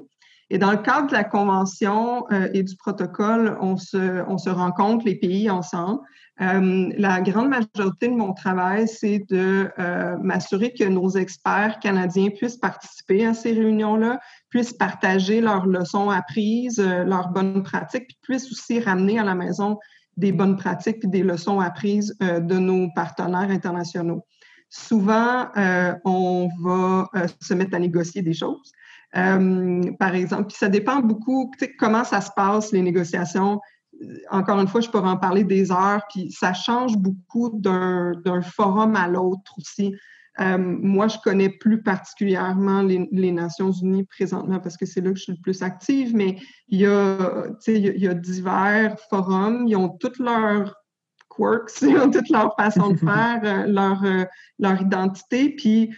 Speaker 3: Et dans le cadre de la Convention euh, et du protocole, on se, on se rencontre, les pays, ensemble. Euh, la grande majorité de mon travail, c'est de euh, m'assurer que nos experts canadiens puissent participer à ces réunions-là, puissent partager leurs leçons apprises, euh, leurs bonnes pratiques, puis puissent aussi ramener à la maison des bonnes pratiques et des leçons apprises euh, de nos partenaires internationaux. Souvent, euh, on va euh, se mettre à négocier des choses. Euh, par exemple, puis ça dépend beaucoup comment ça se passe, les négociations. Encore une fois, je pourrais en parler des heures, puis ça change beaucoup d'un, d'un forum à l'autre aussi. Euh, moi, je connais plus particulièrement les, les Nations unies présentement parce que c'est là que je suis le plus active, mais il y a, tu sais, il y a, il y a divers forums, ils ont toutes leurs quirks, ils ont toute leur façon de faire, leur, leur identité, puis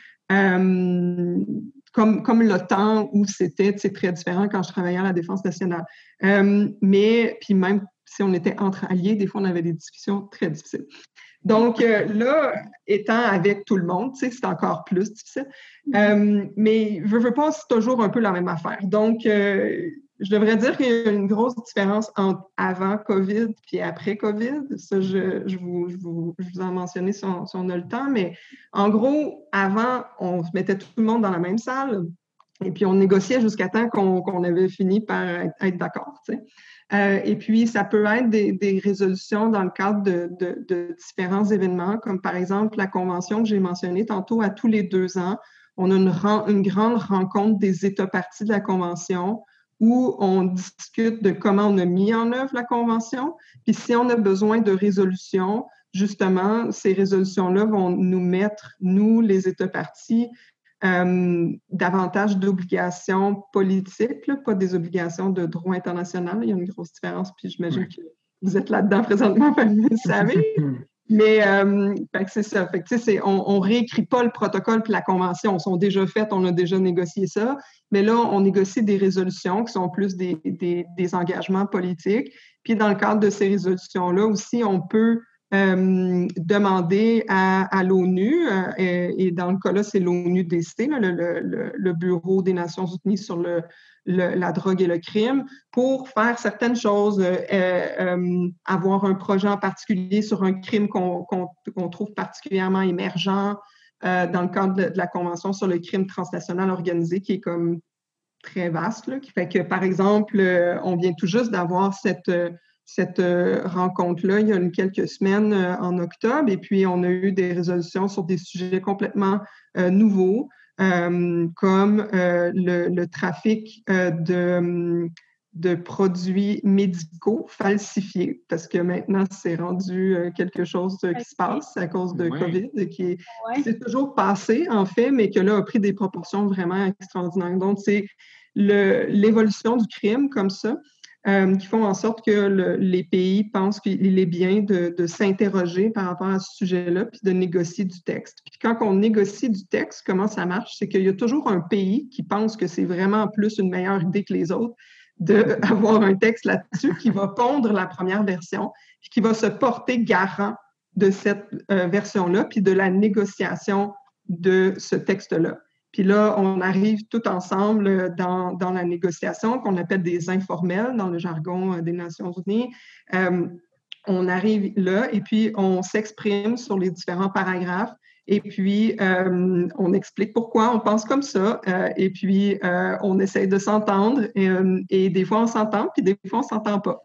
Speaker 3: euh, comme, comme le temps où c'était, c'est très différent quand je travaillais à la Défense nationale. Euh, mais, puis même si on était entre alliés, des fois, on avait des discussions très difficiles. Donc euh, là, étant avec tout le monde, tu sais, c'est encore plus difficile. Euh, mais veux, veux pas, c'est toujours un peu la même affaire. Donc, euh, je devrais dire qu'il y a une grosse différence entre avant COVID puis après COVID. Ça, je, je, vous, je, vous, je vous en mentionnais si on, si on a le temps. Mais en gros, avant, on se mettait tout le monde dans la même salle et puis on négociait jusqu'à temps qu'on, qu'on avait fini par être, être d'accord, tu sais. Euh, et puis, ça peut être des, des résolutions dans le cadre de, de, de différents événements, comme par exemple la convention que j'ai mentionnée tantôt, à tous les deux ans, on a une, une grande rencontre des États parties de la convention où on discute de comment on a mis en œuvre la convention. Puis si on a besoin de résolutions, justement, ces résolutions-là vont nous mettre, nous, les États parties, Euh, davantage d'obligations politiques, là, pas des obligations de droit international. Il y a une grosse différence, puis j'imagine que vous êtes là-dedans présentement, vous le savez. Mais euh, fait que c'est ça. Fait que, c'est, on ne réécrit pas le protocole puis la convention. Ils sont déjà faites, on a déjà négocié ça. Mais là, on négocie des résolutions qui sont plus des, des, des engagements politiques. Puis dans le cadre de ces résolutions-là aussi, on peut Euh, demander à, à l'ONU, euh, et, et dans le cas-là, c'est l'ONU-D C, là, le, le, le Bureau des Nations unies sur le, le, la drogue et le crime, pour faire certaines choses, euh, euh, avoir un projet en particulier sur un crime qu'on, qu'on, qu'on trouve particulièrement émergent euh, dans le cadre de, de la Convention sur le crime transnational organisé, qui est comme très vaste, là, qui fait que, par exemple, euh, on vient tout juste d'avoir cette... Euh, cette euh, rencontre-là il y a une, quelques semaines euh, en octobre, et puis on a eu des résolutions sur des sujets complètement euh, nouveaux, euh, comme euh, le, le trafic euh, de, de produits médicaux falsifiés, parce que maintenant, c'est rendu euh, quelque chose euh, qui se passe à cause de ouais. COVID, qui, est, ouais. qui s'est toujours passé, en fait, mais que là, a pris des proportions vraiment extraordinaires. Donc, c'est le, l'évolution du crime comme ça. Euh, qui font en sorte que le, les pays pensent qu'il est bien de, de s'interroger par rapport à ce sujet-là, puis de négocier du texte. Puis quand on négocie du texte, comment ça marche? C'est qu'il y a toujours un pays qui pense que c'est vraiment plus une meilleure idée que les autres d'avoir un texte là-dessus qui va pondre la première version, puis qui va se porter garant de cette euh, version-là, puis de la négociation de ce texte-là. Puis là, on arrive tout ensemble dans, dans la négociation qu'on appelle des informels dans le jargon des Nations unies. Euh, on arrive là et puis on s'exprime sur les différents paragraphes et puis euh, on explique pourquoi on pense comme ça euh, et puis euh, on essaie de s'entendre et, et des fois on s'entend puis des fois on s'entend pas.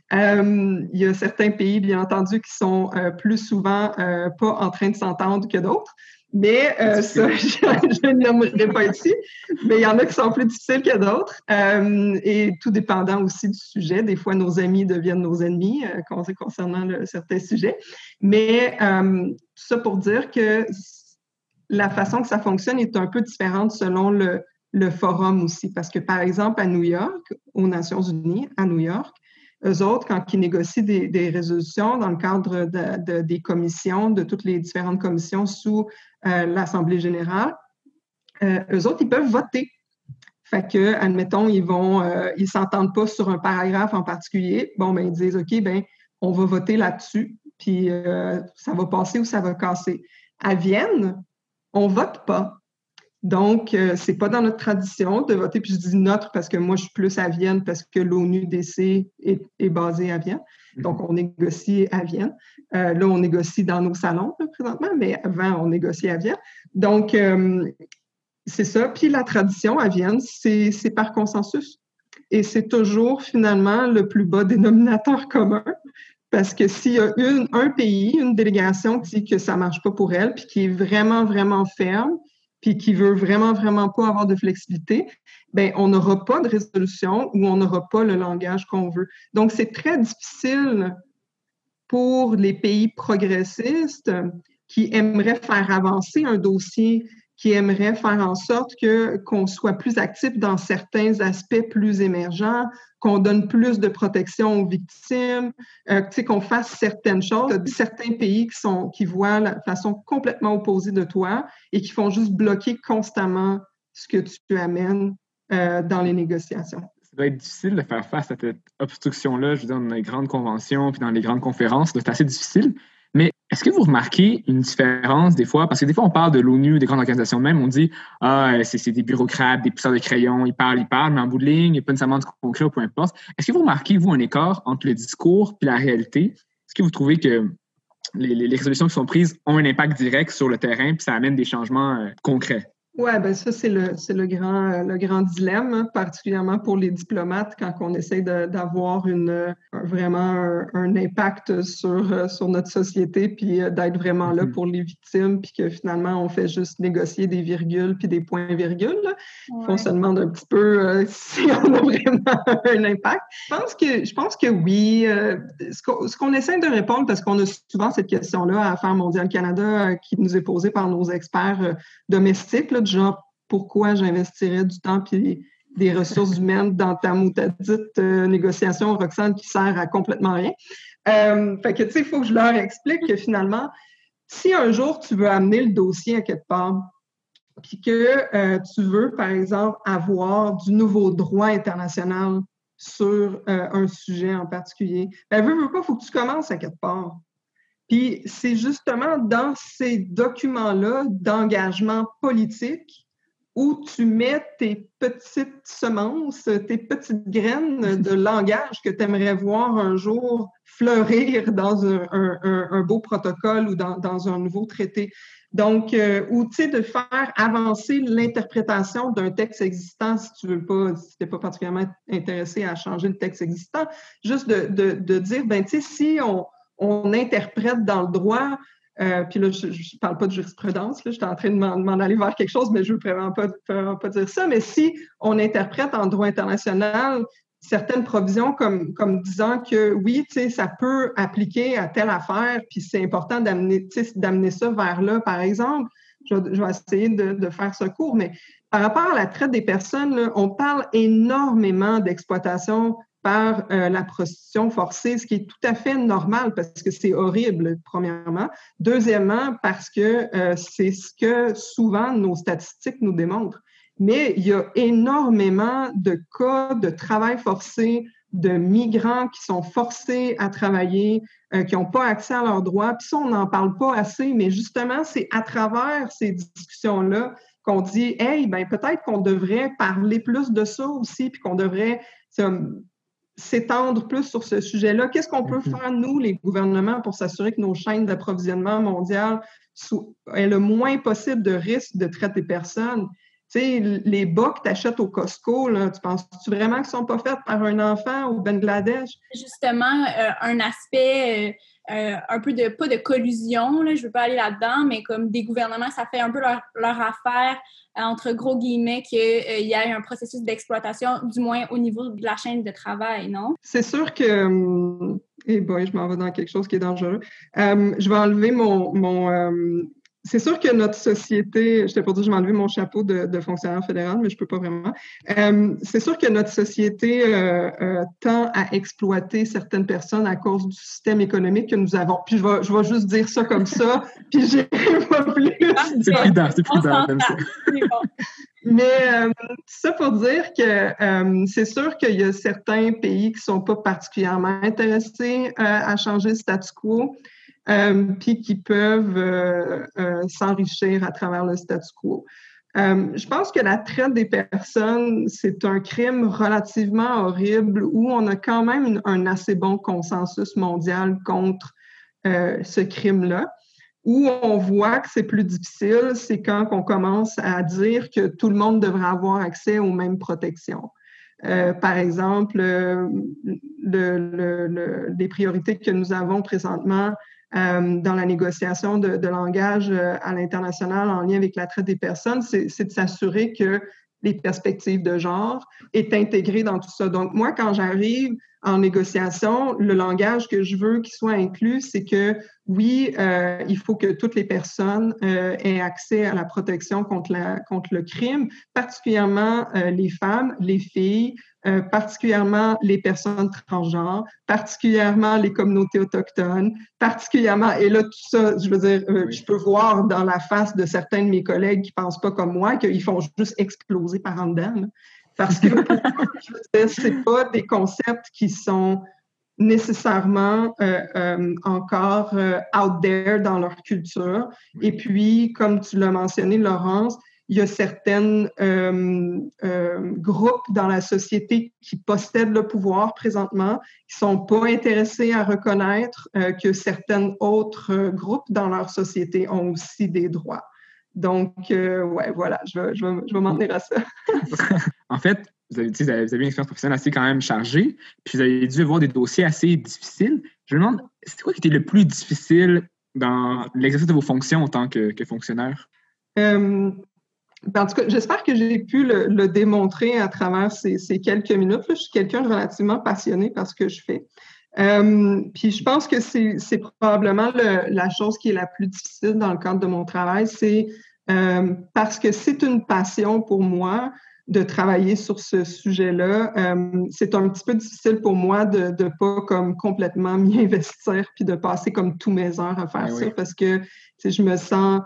Speaker 3: Euh, il y a certains pays, bien entendu, qui sont euh, plus souvent euh, pas en train de s'entendre que d'autres. Mais euh, ça, je, je ne nommerai pas ici, mais il y en a qui sont plus difficiles que d'autres, euh, et tout dépendant aussi du sujet. Des fois, nos amis deviennent nos ennemis euh, concernant le, certains sujets. Mais euh, tout ça pour dire que la façon que ça fonctionne est un peu différente selon le, le forum aussi. Parce que, par exemple, à New York, aux Nations unies, à New York, eux autres, quand ils négocient des, des résolutions dans le cadre de, de, des commissions, de toutes les différentes commissions sous euh, l'Assemblée générale, euh, eux autres, ils peuvent voter. Fait que, admettons, ils vont, euh, ils s'entendent pas sur un paragraphe en particulier. Bon, ben, ils disent, OK, ben, on va voter là-dessus, puis euh, ça va passer ou ça va casser. À Vienne, on vote pas. Donc, euh, c'est pas dans notre tradition de voter, puis je dis notre parce que moi, je suis plus à Vienne parce que l'ONU D C est, est basée à Vienne. Donc, on négocie à Vienne. Euh, là, on négocie dans nos salons, là, présentement, mais avant, on négociait à Vienne. Donc, euh, c'est ça. Puis la tradition à Vienne, c'est, c'est par consensus. Et c'est toujours, finalement, le plus bas dénominateur commun. Parce que s'il y a une, un pays, une délégation qui dit que ça ne marche pas pour elle, puis qui est vraiment, vraiment ferme, puis qui veut vraiment, vraiment pas avoir de flexibilité, bien, on n'aura pas de résolution ou on n'aura pas le langage qu'on veut. Donc, c'est très difficile pour les pays progressistes qui aimeraient faire avancer un dossier, qui aimeraient faire en sorte que, qu'on soit plus actif dans certains aspects plus émergents, qu'on donne plus de protection aux victimes, euh, qu'on fasse certaines choses. Il y a certains pays qui, sont, qui voient la façon complètement opposée de toi et qui font juste bloquer constamment ce que tu amènes euh, dans les négociations.
Speaker 1: Ça doit être difficile de faire face à cette obstruction-là, je veux dire, dans les grandes conventions puis dans les grandes conférences, ça doit être assez difficile. Mais est-ce que vous remarquez une différence des fois? Parce que des fois, on parle de l'ONU, des grandes organisations même, on dit « Ah, c'est, c'est des bureaucrates, des pousseurs de crayons, ils parlent, ils parlent, mais en bout de ligne, il n'y a pas nécessairement de concret ou peu importe. » Est-ce que vous remarquez, vous, un écart entre le discours et la réalité? Est-ce que vous trouvez que les, les, les résolutions qui sont prises ont un impact direct sur le terrain puis ça amène des changements euh, concrets?
Speaker 3: Oui, ben ça, c'est le, c'est le, grand, le grand dilemme, hein, particulièrement pour les diplomates, quand on essaie de, d'avoir une, vraiment un, un impact sur, sur notre société, puis d'être vraiment là pour les victimes, puis que finalement, on fait juste négocier des virgules puis des points-virgules. Ouais. On se demande un petit peu euh, si on a vraiment un impact. Je pense que, je pense que oui. Euh, ce, qu'on, ce qu'on essaie de répondre, parce qu'on a souvent cette question-là à Affaires mondiales Canada euh, qui nous est posée par nos experts euh, domestiques, là, du genre pourquoi j'investirais du temps puis des ressources humaines dans ta moutadite euh, négociation, Roxane, qui sert à complètement rien. Euh, fait que, tu sais, il faut que je leur explique que finalement, si un jour tu veux amener le dossier à quelque part, puis que euh, tu veux, par exemple, avoir du nouveau droit international sur euh, un sujet en particulier, ben, veux, veux pas, il faut que tu commences à quelque part. Puis c'est justement dans ces documents-là d'engagement politique où tu mets tes petites semences, tes petites graines de langage que tu aimerais voir un jour fleurir dans un, un, un beau protocole ou dans, dans un nouveau traité. Donc, euh, ou tu sais, de faire avancer l'interprétation d'un texte existant si tu veux pas, si tu n'es pas particulièrement intéressé à changer le texte existant, juste de, de, de dire, ben tu sais, si on on interprète dans le droit, euh, puis là, je ne parle pas de jurisprudence, là, je suis en train de m'en, m'en aller vers quelque chose, mais je ne veux vraiment pas, vraiment pas dire ça, mais si on interprète en droit international certaines provisions comme, comme disant que oui, tu sais, ça peut appliquer à telle affaire, puis c'est important d'amener, tu sais, d'amener ça vers là, par exemple, je, je vais essayer de, de faire ce cours, mais par rapport à la traite des personnes, là, on parle énormément d'exploitation par euh, la prostitution forcée, ce qui est tout à fait normal parce que c'est horrible, premièrement. Deuxièmement, parce que euh, c'est ce que souvent nos statistiques nous démontrent. Mais il y a énormément de cas de travail forcé, de migrants qui sont forcés à travailler, euh, qui n'ont pas accès à leurs droits. Puis ça, on n'en parle pas assez, mais justement, c'est à travers ces discussions-là qu'on dit « Hey, ben peut-être qu'on devrait parler plus de ça aussi, puis qu'on devrait... » s'étendre plus sur ce sujet-là. Qu'est-ce qu'on peut faire, nous, les gouvernements, pour s'assurer que nos chaînes d'approvisionnement mondiales aient le moins possible de risques de traite des personnes? Tu sais, les bas que tu achètes au Costco, là, tu penses-tu vraiment qu'ils ne sont pas faits par un enfant au Bangladesh?
Speaker 2: Justement, euh, un aspect, euh, euh, un peu de, pas de collusion, là, je ne veux pas aller là-dedans, mais comme des gouvernements, ça fait un peu leur, leur affaire, entre gros guillemets, qu'il euh, y ait un processus d'exploitation, du moins au niveau de la chaîne de travail, non?
Speaker 3: C'est sûr que... Hum, eh boy, je m'en vais dans quelque chose qui est dangereux. Um, je vais enlever mon... mon um, c'est sûr que notre société... Je t'ai pas dit, je vais enlever mon chapeau de, de fonctionnaire fédéral, mais je peux pas vraiment. Um, c'est sûr que notre société euh, euh, tend à exploiter certaines personnes à cause du système économique que nous avons. Puis je vais, je vais juste dire ça comme ça, puis j'irai pas plus.
Speaker 1: C'est prudent, c'est prudent.
Speaker 3: Mais euh, ça pour dire que euh, c'est sûr qu'il y a certains pays qui ne sont pas particulièrement intéressés euh, à changer le statu quo, euh, puis qui peuvent euh, euh, s'enrichir à travers le statu quo. Euh, je pense que la traite des personnes, c'est un crime relativement horrible où on a quand même une, un assez bon consensus mondial contre euh, ce crime-là. Où on voit que c'est plus difficile, c'est quand on commence à dire que tout le monde devrait avoir accès aux mêmes protections. Euh, par exemple, euh, le, le, le, les priorités que nous avons présentement euh, dans la négociation de, de langage euh, à l'international en lien avec la traite des personnes, c'est, c'est de s'assurer que les perspectives de genre est intégrée dans tout ça. Donc, moi, quand j'arrive en négociation, le langage que je veux qu'il soit inclus, c'est que oui, euh, il faut que toutes les personnes euh, aient accès à la protection contre, la, contre le crime, particulièrement euh, les femmes, les filles, euh, particulièrement les personnes transgenres, particulièrement les communautés autochtones, particulièrement, et là, tout ça, je veux dire, euh, oui. Je peux voir dans la face de certains de mes collègues qui ne pensent pas comme moi qu'ils font juste exploser par en dedans. Là. Parce que pour moi, je veux dire, c'est pas des concepts qui sont nécessairement euh, euh, encore euh, out there dans leur culture. Et puis, comme tu l'as mentionné, Laurence, il y a certains euh, euh, groupes dans la société qui possèdent le pouvoir présentement, qui ne sont pas intéressés à reconnaître euh, que certains autres euh, groupes dans leur société ont aussi des droits. Donc, euh, ouais, voilà, je vais, je vais, je vais m'en tenir à ça.
Speaker 1: En fait, vous avez, vous avez une expérience professionnelle assez quand même chargée, puis vous avez dû avoir des dossiers assez difficiles. Je me demande, c'est quoi qui était le plus difficile dans l'exercice de vos fonctions en tant que, que fonctionnaire?
Speaker 3: Euh, en tout cas, j'espère que j'ai pu le, le démontrer à travers ces, ces quelques minutes. Là, je suis quelqu'un de relativement passionné par ce que je fais. Euh, puis je pense que c'est, c'est probablement le, la chose qui est la plus difficile dans le cadre de mon travail, c'est euh, parce que c'est une passion pour moi de travailler sur ce sujet-là. Euh, c'est un petit peu difficile pour moi de ne pas comme complètement m'y investir puis de passer comme tous mes heures à faire
Speaker 1: oui,
Speaker 3: ça
Speaker 1: oui.
Speaker 3: parce que je me sens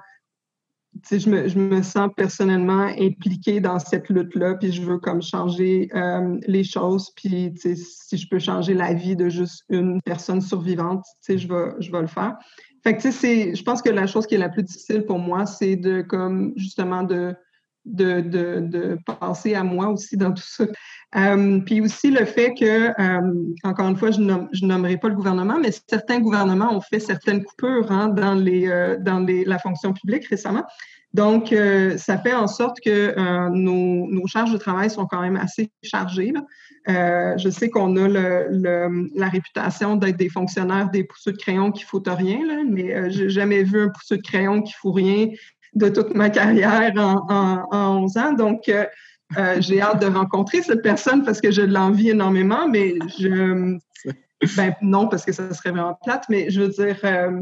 Speaker 3: Je me, je me sens personnellement impliquée dans cette lutte-là, puis je veux comme changer euh, les choses, puis si je peux changer la vie de juste une personne survivante, je vais, je vais le faire. Fait que c'est, je pense que la chose qui est la plus difficile pour moi, c'est de comme justement de, de, de, de penser à moi aussi dans tout ça. Euh, puis aussi le fait que, euh, encore une fois, je nomme, je nommerai pas le gouvernement, mais certains gouvernements ont fait certaines coupures hein, dans, les, euh, dans les, la fonction publique récemment. Donc, euh, ça fait en sorte que euh, nos, nos charges de travail sont quand même assez chargées. Là. Euh, je sais qu'on a le, le, la réputation d'être des fonctionnaires, des pousseux de crayon qui ne foutent rien, là, mais euh, j'ai jamais vu un pousseux de crayon qui ne fout rien de toute ma carrière en, en, en onze ans. Donc, euh, euh, j'ai hâte de rencontrer cette personne parce que je l'envie énormément, mais je... Ben non, parce que ça serait vraiment plate, mais je veux dire... Euh,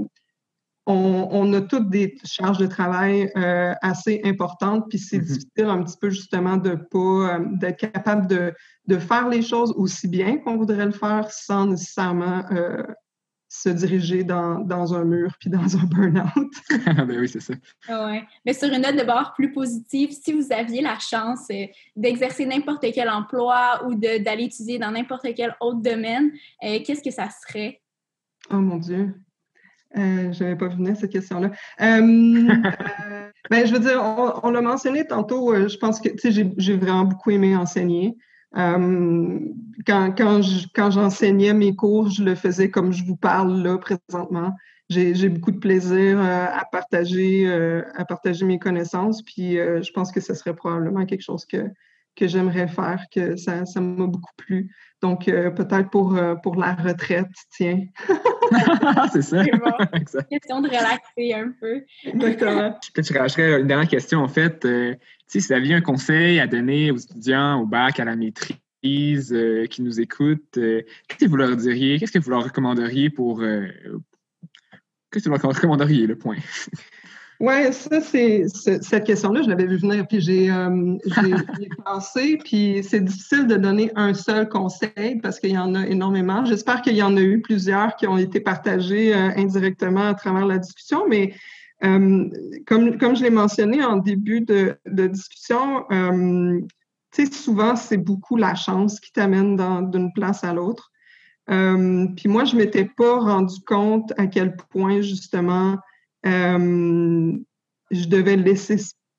Speaker 3: On, on a toutes des charges de travail euh, assez importantes, puis c'est mm-hmm. difficile un petit peu justement de pas, euh, d'être capable de, de faire les choses aussi bien qu'on voudrait le faire sans nécessairement euh, se diriger dans, dans un mur puis dans un burn-out.
Speaker 1: Ben oui, c'est ça.
Speaker 2: Oui. Mais sur une note de bord plus positive, si vous aviez la chance euh, d'exercer n'importe quel emploi ou de, d'aller étudier dans n'importe quel autre domaine, euh, qu'est-ce que ça serait?
Speaker 3: Oh mon Dieu! Euh, je n'avais pas vu venir cette question-là. Euh, euh, ben, je veux dire, on, on l'a mentionné tantôt, euh, je pense que j'ai, j'ai vraiment beaucoup aimé enseigner. Euh, quand, quand, je, quand j'enseignais mes cours, je le faisais comme je vous parle là présentement. J'ai, j'ai beaucoup de plaisir euh, à, partager, euh, à partager mes connaissances, puis euh, je pense que ce serait probablement quelque chose que, que j'aimerais faire, que ça, ça m'a beaucoup plu. Donc, euh, peut-être pour, euh, pour la retraite, tiens.
Speaker 1: C'est ça.
Speaker 2: C'est bon. Exact. Question de relaxer un peu.
Speaker 3: Exactement.
Speaker 1: Peut-être que je rajouterais une dernière question, en fait. Euh, si vous aviez un conseil à donner aux étudiants au bac, à la maîtrise, euh, qui nous écoutent, euh, qu'est-ce que vous leur diriez? Qu'est-ce que vous leur recommanderiez pour... Euh, qu'est-ce que vous leur recommanderiez, le point?
Speaker 3: Oui, ça, c'est, c'est cette question-là, je l'avais vu venir, puis j'ai, euh, j'ai, j'ai pensé, puis c'est difficile de donner un seul conseil parce qu'il y en a énormément. J'espère qu'il y en a eu plusieurs qui ont été partagés euh, indirectement à travers la discussion, mais euh, comme, comme je l'ai mentionné en début de, de discussion, euh, tu sais, souvent, c'est beaucoup la chance qui t'amène dans, d'une place à l'autre. Euh, puis moi, je ne m'étais pas rendu compte à quel point, justement, Euh, je devais laisser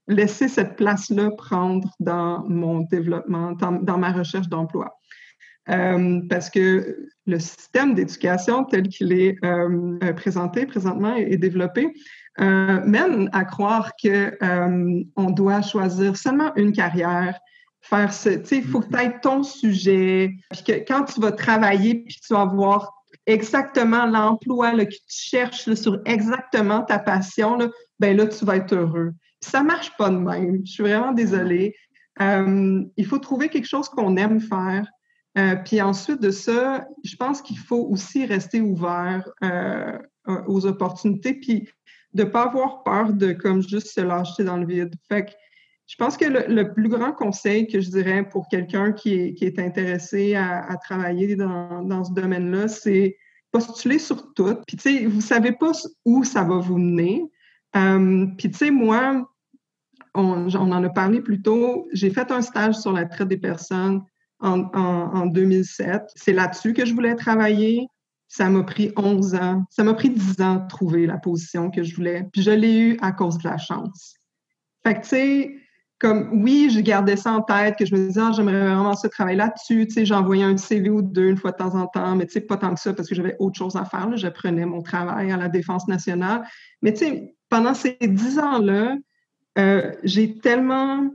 Speaker 3: laisser cette place-là prendre dans mon développement, dans, dans ma recherche d'emploi. Euh, parce que le système d'éducation tel qu'il est euh, présenté présentement et, et développé euh, mène à croire que euh, on doit choisir seulement une carrière, faire ce, tu sais, il faut que tu aies ton sujet, puis que quand tu vas travailler, puis tu vas avoir exactement l'emploi là, que tu cherches là, sur exactement ta passion, là, ben là, tu vas être heureux. Puis ça marche pas de même. Je suis vraiment désolée. Euh, il faut trouver quelque chose qu'on aime faire. Euh, puis ensuite de ça, je pense qu'il faut aussi rester ouvert euh, aux opportunités, puis de ne pas avoir peur de comme juste se lâcher dans le vide. Fait que je pense que le, le plus grand conseil que je dirais pour quelqu'un qui est, qui est intéressé à, à travailler dans, dans ce domaine-là, c'est postuler sur tout. Puis tu sais, vous ne savez pas où ça va vous mener. Euh, puis tu sais, moi, on, on en a parlé plus tôt, j'ai fait un stage sur la traite des personnes En, en, en deux mille sept. C'est là-dessus que je voulais travailler. Ça m'a pris onze ans. Ça m'a pris dix ans de trouver la position que je voulais. Puis je l'ai eu à cause de la chance. Fait que, tu sais, comme, oui, j'ai gardé ça en tête, que je me disais, ah, j'aimerais vraiment ça travailler là-dessus. Tu sais, j'envoyais un C V ou deux une fois de temps en temps, mais tu sais, pas tant que ça parce que j'avais autre chose à faire. Là. Je prenais mon travail à la Défense nationale. Mais tu sais, pendant ces dix ans-là, euh, j'ai tellement,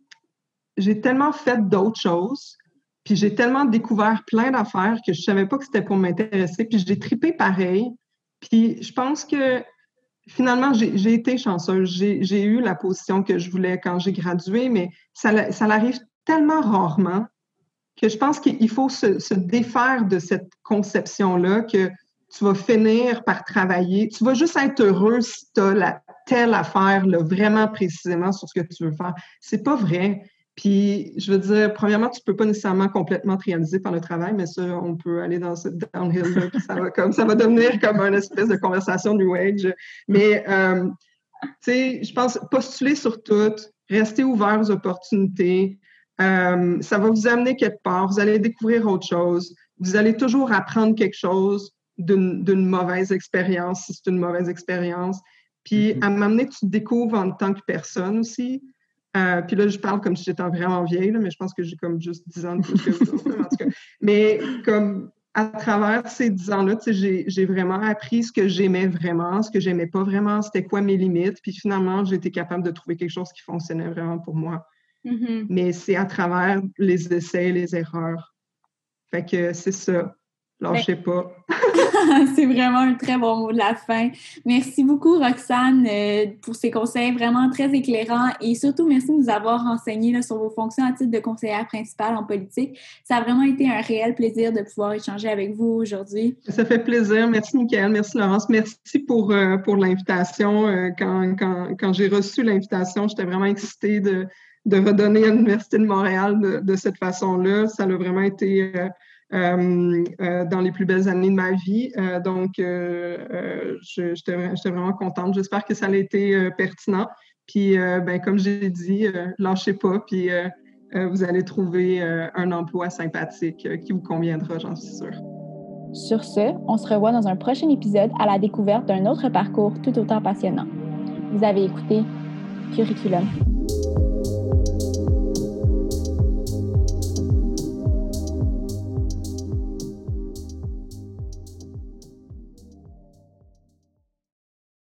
Speaker 3: j'ai tellement fait d'autres choses. Puis j'ai tellement découvert plein d'affaires que je ne savais pas que c'était pour m'intéresser. Puis j'ai trippé pareil. Puis je pense que finalement, j'ai, j'ai été chanceuse. J'ai, j'ai eu la position que je voulais quand j'ai gradué, mais ça, ça arrive tellement rarement que je pense qu'il faut se, se défaire de cette conception-là que tu vas finir par travailler. Tu vas juste être heureux si tu as la, telle affaire là, vraiment précisément sur ce que tu veux faire. C'est pas vrai. Puis, je veux dire, premièrement, tu ne peux pas nécessairement complètement te réaliser par le travail, mais ça, on peut aller dans ce downhill-là, puis ça va, comme, ça va devenir comme une espèce de conversation New Age. Mais, euh, tu sais, je pense postuler sur tout, rester ouvert aux opportunités, euh, ça va vous amener quelque part, vous allez découvrir autre chose, vous allez toujours apprendre quelque chose d'une, d'une mauvaise expérience, si c'est une mauvaise expérience. Puis, à m'amener, tu te découvres en tant que personne aussi. Euh, puis là, je parle comme si j'étais vraiment vieille, là, mais je pense que j'ai comme juste dix ans de plus que vous autres, en tout cas. Mais comme à travers ces dix ans-là, j'ai, j'ai vraiment appris ce que j'aimais vraiment, ce que j'aimais pas vraiment, c'était quoi mes limites. Puis finalement, j'ai été capable de trouver quelque chose qui fonctionnait vraiment pour moi. Mm-hmm. Mais c'est à travers les essais, les erreurs. Fait que c'est ça. Lâchez ben... pas.
Speaker 2: C'est vraiment un très bon mot de la fin. Merci beaucoup, Roxane, euh, pour ces conseils vraiment très éclairants et surtout, merci de nous avoir renseigné là, sur vos fonctions à titre de conseillère principale en politique. Ça a vraiment été un réel plaisir de pouvoir échanger avec vous aujourd'hui.
Speaker 3: Ça fait plaisir. Merci, Mickaëlle. Merci, Laurence. Merci pour, euh, pour l'invitation. Euh, quand, quand, quand j'ai reçu l'invitation, j'étais vraiment excitée de, de redonner à l'Université de Montréal de, de cette façon-là. Ça a vraiment été... Euh, Euh, euh, dans les plus belles années de ma vie. Euh, donc, euh, euh, je, j'étais, j'étais vraiment contente. J'espère que ça a été euh, pertinent. Puis, euh, ben, comme j'ai dit, euh, lâchez pas, puis euh, euh, vous allez trouver euh, un emploi sympathique euh, qui vous conviendra, j'en suis sûre.
Speaker 4: Sur ce, on se revoit dans un prochain épisode à la découverte d'un autre parcours tout autant passionnant. Vous avez écouté Curriculum.